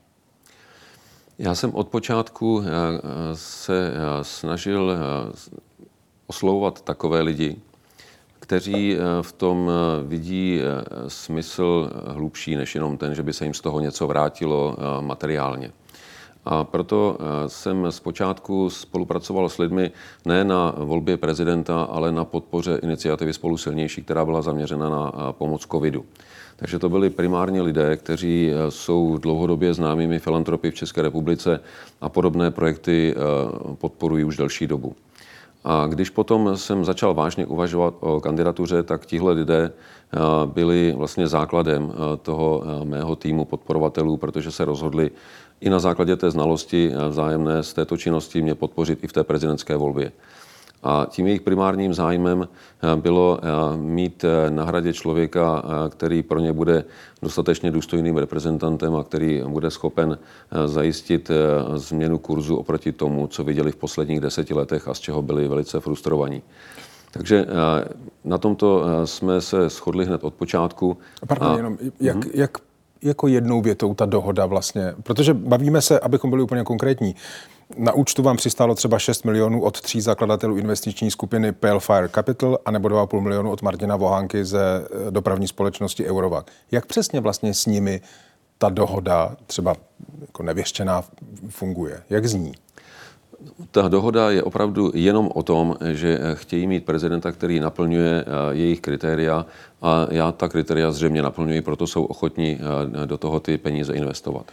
Já jsem od počátku se snažil oslovovat takové lidi, kteří v tom vidí smysl hlubší než jenom ten, že by se jim z toho něco vrátilo materiálně. A proto jsem zpočátku spolupracoval s lidmi ne na volbě prezidenta, ale na podpoře iniciativy Spolu silnější, která byla zaměřena na pomoc covidu. Takže to byli primárně lidé, kteří jsou dlouhodobě známými filantropy v České republice a podobné projekty podporují už delší dobu. A když potom jsem začal vážně uvažovat o kandidatuře, tak tihle lidé byli vlastně základem toho mého týmu podporovatelů, protože se rozhodli i na základě té znalosti vzájemné z této činnosti mě podpořit i v té prezidentské volbě. A tím jejich primárním zájmem bylo mít na hradě člověka, který pro ně bude dostatečně důstojným reprezentantem a který bude schopen zajistit změnu kurzu oproti tomu, co viděli v posledních 10 letech a z čeho byli velice frustrovaní. Takže na tomto jsme se shodli hned od počátku. Pardon, jenom jak jako jednou větou ta dohoda vlastně, protože bavíme se, abychom byli úplně konkrétní, na účtu vám přistálo třeba 6 milionů od 3 zakladatelů investiční skupiny Pale Fire Capital a nebo 2,5 milionu od Martina Vohánky ze dopravní společnosti Eurovac. Jak přesně vlastně s nimi ta dohoda, třeba jako nevěštěná, funguje? Jak zní? Ta dohoda je opravdu jenom o tom, že chtějí mít prezidenta, který naplňuje jejich kritéria a já ta kritéria zřejmě naplňuji, proto jsou ochotní do toho ty peníze investovat.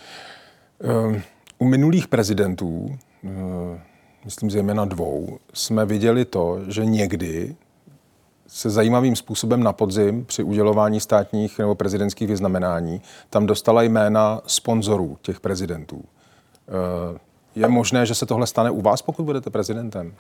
U minulých prezidentů, myslím zejména 2, jsme viděli to, že někdy se zajímavým způsobem na podzim při udělování státních nebo prezidentských vyznamenání tam dostala jména sponzorů těch prezidentů. Je možné, že se tohle stane u vás, pokud budete prezidentem?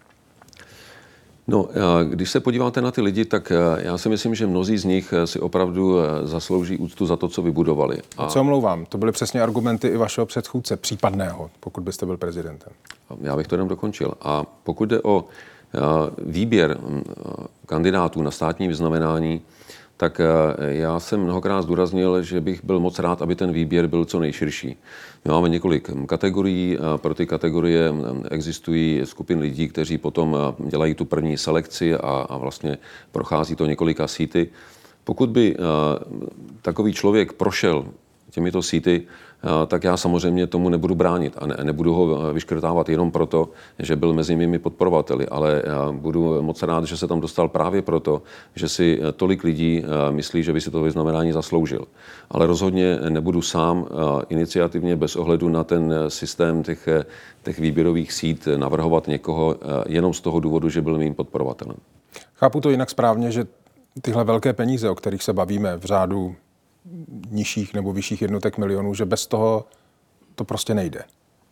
No, když se podíváte na ty lidi, tak já si myslím, že mnozí z nich si opravdu zaslouží úctu za to, co vybudovali. A co omlouvám, to byly přesně argumenty i vašeho předchůdce, případného, pokud byste byl prezidentem. Já bych to jenom dokončil. A pokud jde o výběr kandidátů na státní vyznamenání, tak já jsem mnohokrát zdůraznil, že bych byl moc rád, aby ten výběr byl co nejširší. My máme několik kategorií. Pro ty kategorie existují skupiny lidí, kteří potom dělají tu první selekci a vlastně prochází to několika síty. Pokud by takový člověk prošel těmito síty, tak já samozřejmě tomu nebudu bránit a nebudu ho vyškrtávat jenom proto, že byl mezi mými podporovateli, ale budu moc rád, že se tam dostal právě proto, že si tolik lidí myslí, že by si to vyznamenání zasloužil. Ale rozhodně nebudu sám iniciativně bez ohledu na ten systém těch výběrových sít navrhovat někoho jenom z toho důvodu, že byl mým podporovatelem. Chápu to jinak správně, že tyhle velké peníze, o kterých se bavíme v řádu nižších nebo vyšších jednotek milionů, že bez toho to prostě nejde.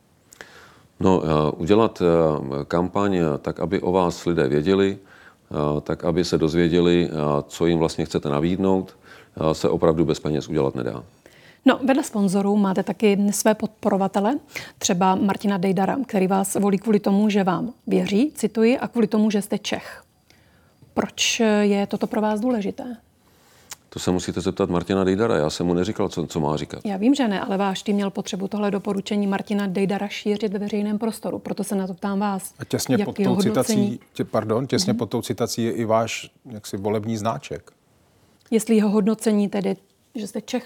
No, udělat kampaň tak, aby o vás lidé věděli, tak, aby se dozvěděli, co jim vlastně chcete nabídnout, se opravdu bez peněz udělat nedá. No, vedle sponzorů máte taky své podporovatele, třeba Martina Dejdara, který vás volí kvůli tomu, že vám věří, cituji, a kvůli tomu, že jste Čech. Proč je toto pro vás důležité? To se musíte zeptat Martina Dejdara. Já jsem mu neříkal, co má říkat. Já vím, že ne, ale váš tým měl potřebu tohle doporučení Martina Dejdara šířit ve veřejném prostoru. Proto se na to ptám vás. A těsně pod tou citací, těsně pod tou citací je i váš jaksi volební znáček. Jestli jeho hodnocení tedy, že jste Čech,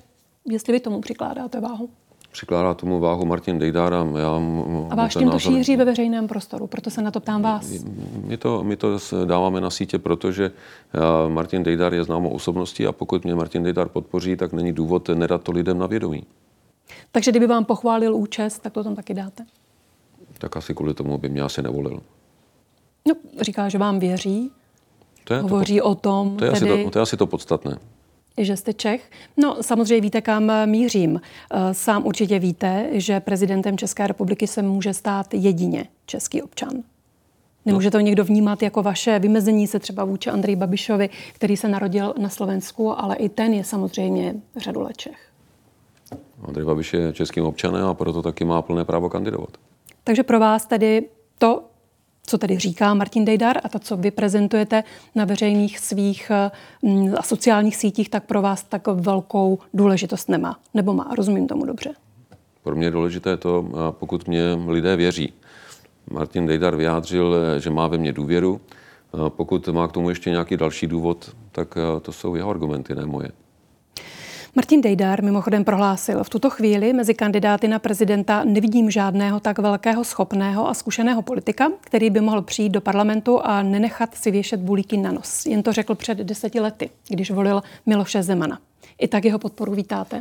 Jestli vy tomu přikládáte váhu. Přikládá tomu váhu Martin Dejdar a já... A váš tím to šíří ve veřejném prostoru, proto se na to ptám vás. My to dáváme na sítě, protože Martin Dejdar je známou osobností a pokud mě Martin Dejdar podpoří, tak není důvod nedat to lidem na vědomí. Takže kdyby vám pochválil účest, tak to tam taky dáte? Tak asi kvůli tomu by mě asi nevolil. No, říká, že vám věří, hovoří o tom, to je asi to podstatné. Že jste Čech. No, samozřejmě víte, kam mířím. Sám určitě víte, že prezidentem České republiky se může stát jedině český občan. Nemůže to někdo vnímat jako vaše vymezení se třeba vůči Andreji Babišovi, který se narodil na Slovensku, ale i ten je samozřejmě řadu let Čech. Andrej Babiš je českým občanem a proto taky má plné právo kandidovat. Takže pro vás tedy to, co tedy říká Martin Dejdar a to, co vy prezentujete na veřejných svých a sociálních sítích, tak pro vás tak velkou důležitost nemá. Nebo má, rozumím tomu dobře. Pro mě je důležité to, pokud mě lidé věří. Martin Dejdar vyjádřil, že má ve mně důvěru. Pokud má k tomu ještě nějaký další důvod, tak to jsou jeho argumenty, ne moje. Martin Dejdar mimochodem prohlásil, v tuto chvíli mezi kandidáty na prezidenta nevidím žádného tak velkého, schopného a zkušeného politika, který by mohl přijít do parlamentu a nenechat si věšet bulíky na nos. Jen to řekl před 10 lety, když volil Miloše Zemana. I tak jeho podporu vítáte?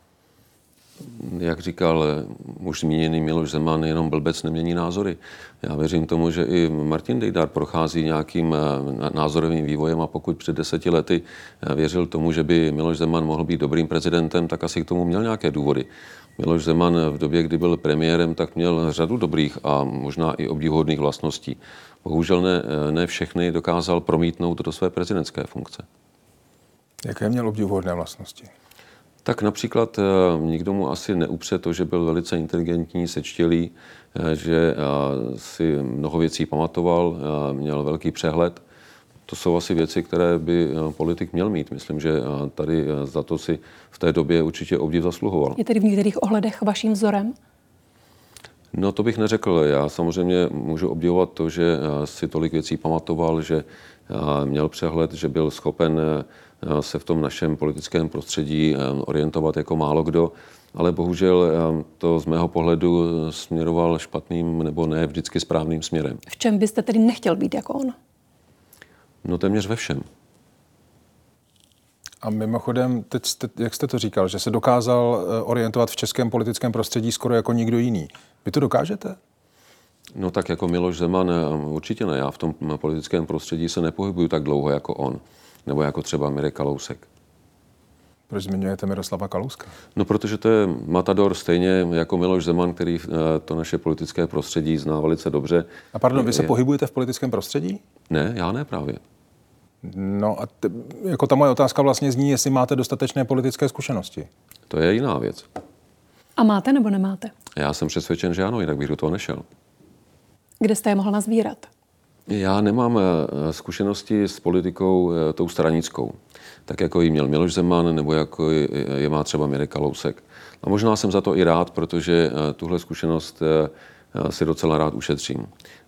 Jak říkal už zmíněný Miloš Zeman, jenom blbec nemění názory. Já věřím tomu, že i Martin Dejdar prochází nějakým názorovým vývojem a pokud před 10 lety věřil tomu, že by Miloš Zeman mohl být dobrým prezidentem, tak asi k tomu měl nějaké důvody. Miloš Zeman v době, kdy byl premiérem, tak měl řadu dobrých a možná i obdivuhodných vlastností. Bohužel ne všechny dokázal promítnout do své prezidentské funkce. Jaké měl obdivuhodné vlastnosti? Tak například nikdo mu asi neupře to, že byl velice inteligentní, sečtělý, že si mnoho věcí pamatoval, měl velký přehled. To jsou asi věci, které by politik měl mít. Myslím, že tady za to si v té době určitě obdiv zasluhoval. Je tedy v některých ohledech vaším vzorem? No to bych neřekl. Já samozřejmě můžu obdivovat to, že si tolik věcí pamatoval, že měl přehled, že byl schopen se v tom našem politickém prostředí orientovat jako málo kdo, ale bohužel to z mého pohledu směroval špatným nebo ne vždycky správným směrem. V čem byste tedy nechtěl být jako on? No téměř ve všem. A mimochodem, jak jste to říkal, že se dokázal orientovat v českém politickém prostředí skoro jako nikdo jiný. Vy to dokážete? No tak jako Miloš Zeman určitě ne. Já v tom politickém prostředí se nepohybuju tak dlouho jako on. Nebo jako třeba Mirek Kalousek. Proč zmiňujete Miroslava Kalouska? No protože to je matador stejně jako Miloš Zeman, který to naše politické prostředí zná velice dobře. A pardon, vy se pohybujete v politickém prostředí? Ne, já ne právě. No a jako ta moje otázka vlastně zní, jestli máte dostatečné politické zkušenosti. To je jiná věc. A máte nebo nemáte? Já jsem přesvědčen, že ano, jinak bych do toho nešel. Kde jste je mohl nazbírat? Já nemám zkušenosti s politikou tou stranickou. Tak jako ji měl Miloš Zeman, nebo jako je má třeba Mirek Kalousek. A možná jsem za to i rád, protože tuhle zkušenost si docela rád ušetřím.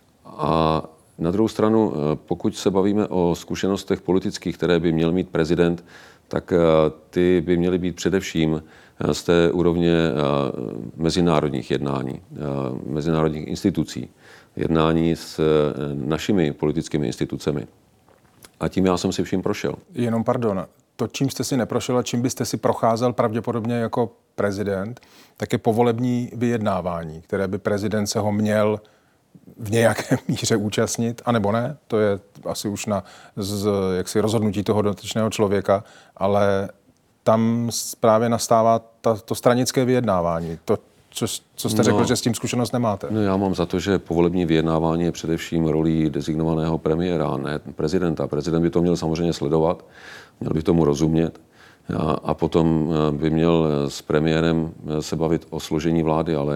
A na druhou stranu, pokud se bavíme o zkušenostech politických, které by měl mít prezident, tak ty by měly být především z té úrovně mezinárodních jednání, mezinárodních institucí, jednání s našimi politickými institucemi. A tím já jsem si vším prošel. Jenom pardon, to, čím jste si neprošel a čím byste si procházel pravděpodobně jako prezident, tak je povolební vyjednávání, které by prezident se ho měl v nějaké míře účastnit, anebo ne, to je asi už na jaksi rozhodnutí toho dotyčného člověka, ale tam právě nastává to stranické vyjednávání, to, co jste řekl, že s tím zkušenost nemáte. No, já mám za to, že povolební vyjednávání je především rolí designovaného premiéra, ne prezidenta. Prezident by to měl samozřejmě sledovat, měl by tomu rozumět a potom by měl s premiérem se bavit o složení vlády, ale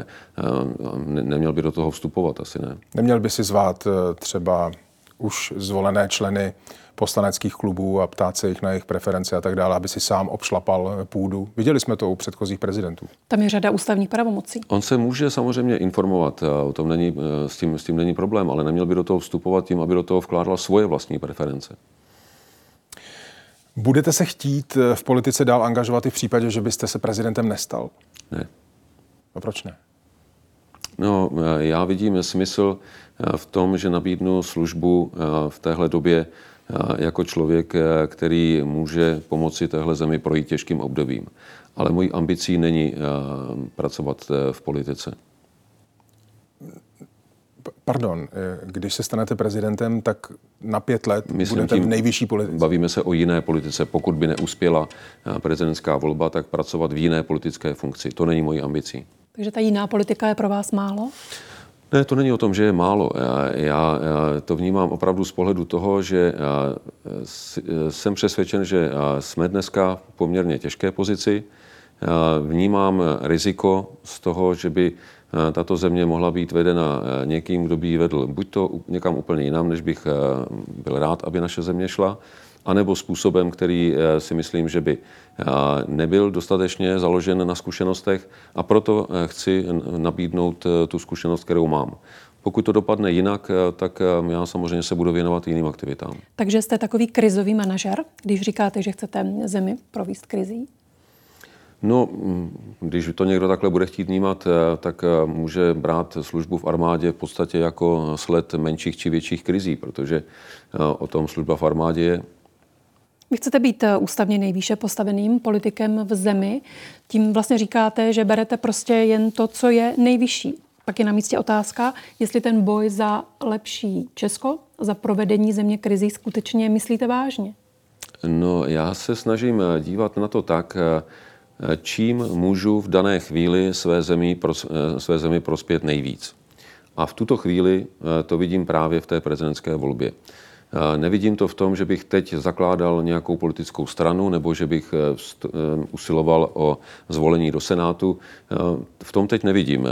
neměl by do toho vstupovat, asi ne. Neměl by si zvát třeba už zvolené členy poslaneckých klubů a ptát se jich na jejich preference a tak dále, aby si sám obšlapal půdu. Viděli jsme to u předchozích prezidentů. Tam je řada ústavních pravomocí. On se může samozřejmě informovat, o tom není, s tím není problém, ale neměl by do toho vstupovat tím, aby do toho vkládal svoje vlastní preference. Budete se chtít v politice dál angažovat i v případě, že byste se prezidentem nestal? Ne. A proč ne? No, já vidím smysl v tom, že nabídnu službu v téhle době jako člověk, který může pomoci téhle zemi projít těžkým obdobím. Ale mojí ambicí není pracovat v politice. Pardon, když se stanete prezidentem, tak na 5 let budete v nejvyšší politice. Bavíme se o jiné politice. Pokud by neuspěla prezidentská volba, tak pracovat v jiné politické funkci. To není mojí ambicí. Takže ta jiná politika je pro vás málo? Ne, to není o tom, že je málo. Já to vnímám opravdu z pohledu toho, že jsem přesvědčen, že jsme dneska v poměrně těžké pozici. Vnímám riziko z toho, že by tato země mohla být vedena někým, kdo by ji vedl buď to někam úplně jinam, než bych byl rád, aby naše země šla, anebo způsobem, který si myslím, že by nebyl dostatečně založen na zkušenostech, a proto chci nabídnout tu zkušenost, kterou mám. Pokud to dopadne jinak, tak já samozřejmě se budu věnovat jiným aktivitám. Takže jste takový krizový manažer, když říkáte, že chcete zemi provést krizí? No, když to někdo takhle bude chtít vnímat, tak může brát službu v armádě v podstatě jako sled menších či větších krizí, protože o tom služba v armádě je. Vy chcete být ústavně nejvýše postaveným politikem v zemi. Tím vlastně říkáte, že berete prostě jen to, co je nejvyšší. Pak je na místě otázka, jestli ten boj za lepší Česko, za provedení země krizí skutečně myslíte vážně. No, já se snažím dívat na to tak, čím můžu v dané chvíli své zemi prospět nejvíc. A v tuto chvíli to vidím právě v té prezidentské volbě. Nevidím to v tom, že bych teď zakládal nějakou politickou stranu nebo že bych usiloval o zvolení do Senátu. V tom teď nevidím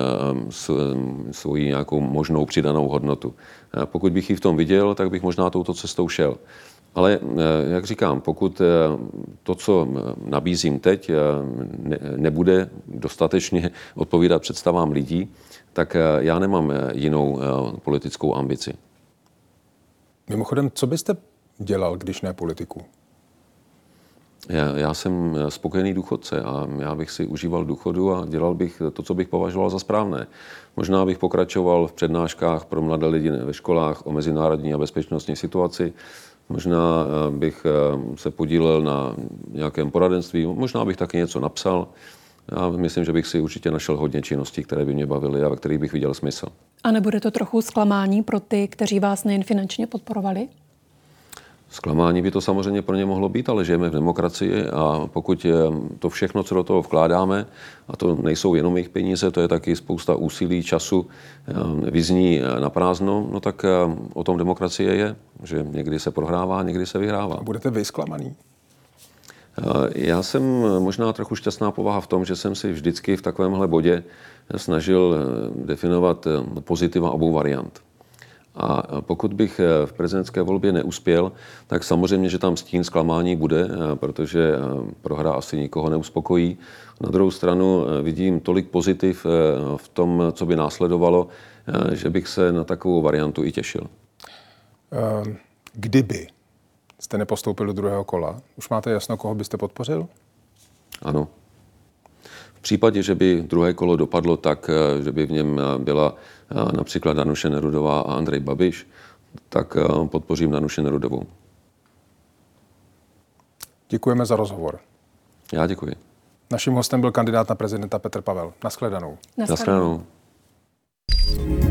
svoji nějakou možnou přidanou hodnotu. Pokud bych ji v tom viděl, tak bych možná touto cestou šel. Ale jak říkám, pokud to, co nabízím teď, nebude dostatečně odpovídat představám lidí, tak já nemám jinou politickou ambici. Mimochodem, co byste dělal, když ne politiku? Já jsem spokojený důchodce a já bych si užíval důchodu a dělal bych to, co bych považoval za správné. Možná bych pokračoval v přednáškách pro mladé lidi ve školách o mezinárodní a bezpečnostní situaci. Možná bych se podílel na nějakém poradenství, možná bych taky něco napsal. Já myslím, že bych si určitě našel hodně činností, které by mě bavily a ve kterých bych viděl smysl. A nebude to trochu zklamání pro ty, kteří vás nejen finančně podporovali? Zklamání by to samozřejmě pro ně mohlo být, ale žijeme v demokracii a pokud to všechno, co do toho vkládáme, a to nejsou jenom jejich peníze, to je taky spousta úsilí, času, vyzní na prázdno, no tak o tom demokracie je, že někdy se prohrává, někdy se vyhrává. A budete vy zklamaný? Já jsem možná trochu šťastná povaha v tom, že jsem si vždycky v takovémhle bodě snažil definovat pozitiva obou variant. A pokud bych v prezidentské volbě neuspěl, tak samozřejmě, že tam stín zklamání bude, protože prohra asi nikoho neuspokojí. Na druhou stranu vidím tolik pozitiv v tom, co by následovalo, že bych se na takovou variantu i těšil. Kdyby jste nepostoupil do druhého kola, už máte jasno, koho byste podpořil? Ano. V případě, že by druhé kolo dopadlo tak, že by v něm byla například Danuše Nerudová a Andrej Babiš, tak podpořím Danuši Nerudovou. Děkujeme za rozhovor. Já děkuji. Naším hostem byl kandidát na prezidenta Petr Pavel. Naschledanou. Naschledanou.